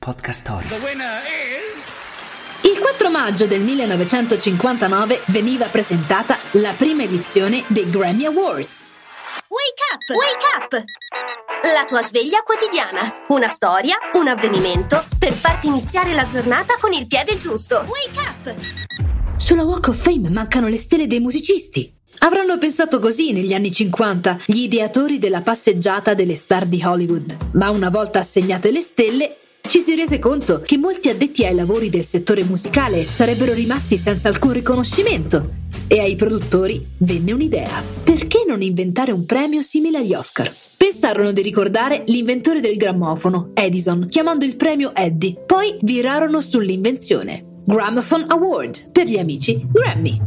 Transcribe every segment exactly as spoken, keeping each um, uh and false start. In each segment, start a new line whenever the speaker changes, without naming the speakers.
Podcast Story.
The winner is...
Il quattro maggio del millenovecentocinquantanove veniva presentata la prima edizione dei Grammy Awards.
Wake up! Wake up! La tua sveglia quotidiana. Una storia, un avvenimento per farti iniziare la giornata con il piede giusto. Wake up!
Sulla Walk of Fame mancano le stelle dei musicisti. Avranno pensato così negli anni cinquanta gli ideatori della passeggiata delle star di Hollywood. Ma una volta assegnate le stelle, ci si rese conto che molti addetti ai lavori del settore musicale sarebbero rimasti senza alcun riconoscimento. E ai produttori venne un'idea. Perché non inventare un premio simile agli Oscar? Pensarono di ricordare l'inventore del grammofono, Edison, chiamando il premio Eddie. Poi virarono sull'invenzione. Gramophone Award, per gli amici Grammy.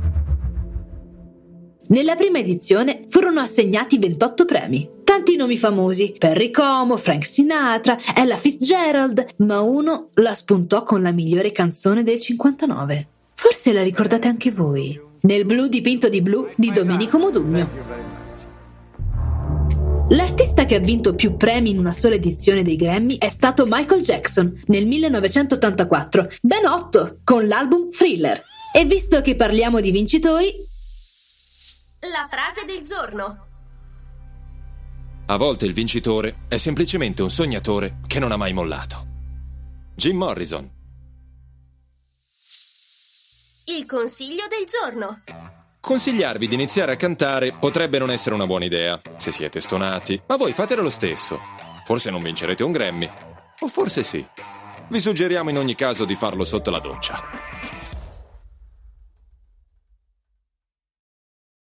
Nella prima edizione furono assegnati ventotto premi. Tanti nomi famosi, Perry Como, Frank Sinatra, Ella Fitzgerald, ma uno la spuntò con la migliore canzone del cinquantanove. Forse la ricordate anche voi. Nel blu dipinto di blu di Domenico Modugno. L'artista che ha vinto più premi in una sola edizione dei Grammy è stato Michael Jackson nel millenovecentottantaquattro, ben otto, con l'album Thriller. E visto che parliamo di vincitori,
la frase del giorno.
A volte il vincitore è semplicemente un sognatore che non ha mai mollato. Jim Morrison.
Il consiglio del giorno.
Consigliarvi di iniziare a cantare potrebbe non essere una buona idea, se siete stonati, ma voi fatelo lo stesso. Forse non vincerete un Grammy, o forse sì. Vi suggeriamo in ogni caso di farlo sotto la doccia.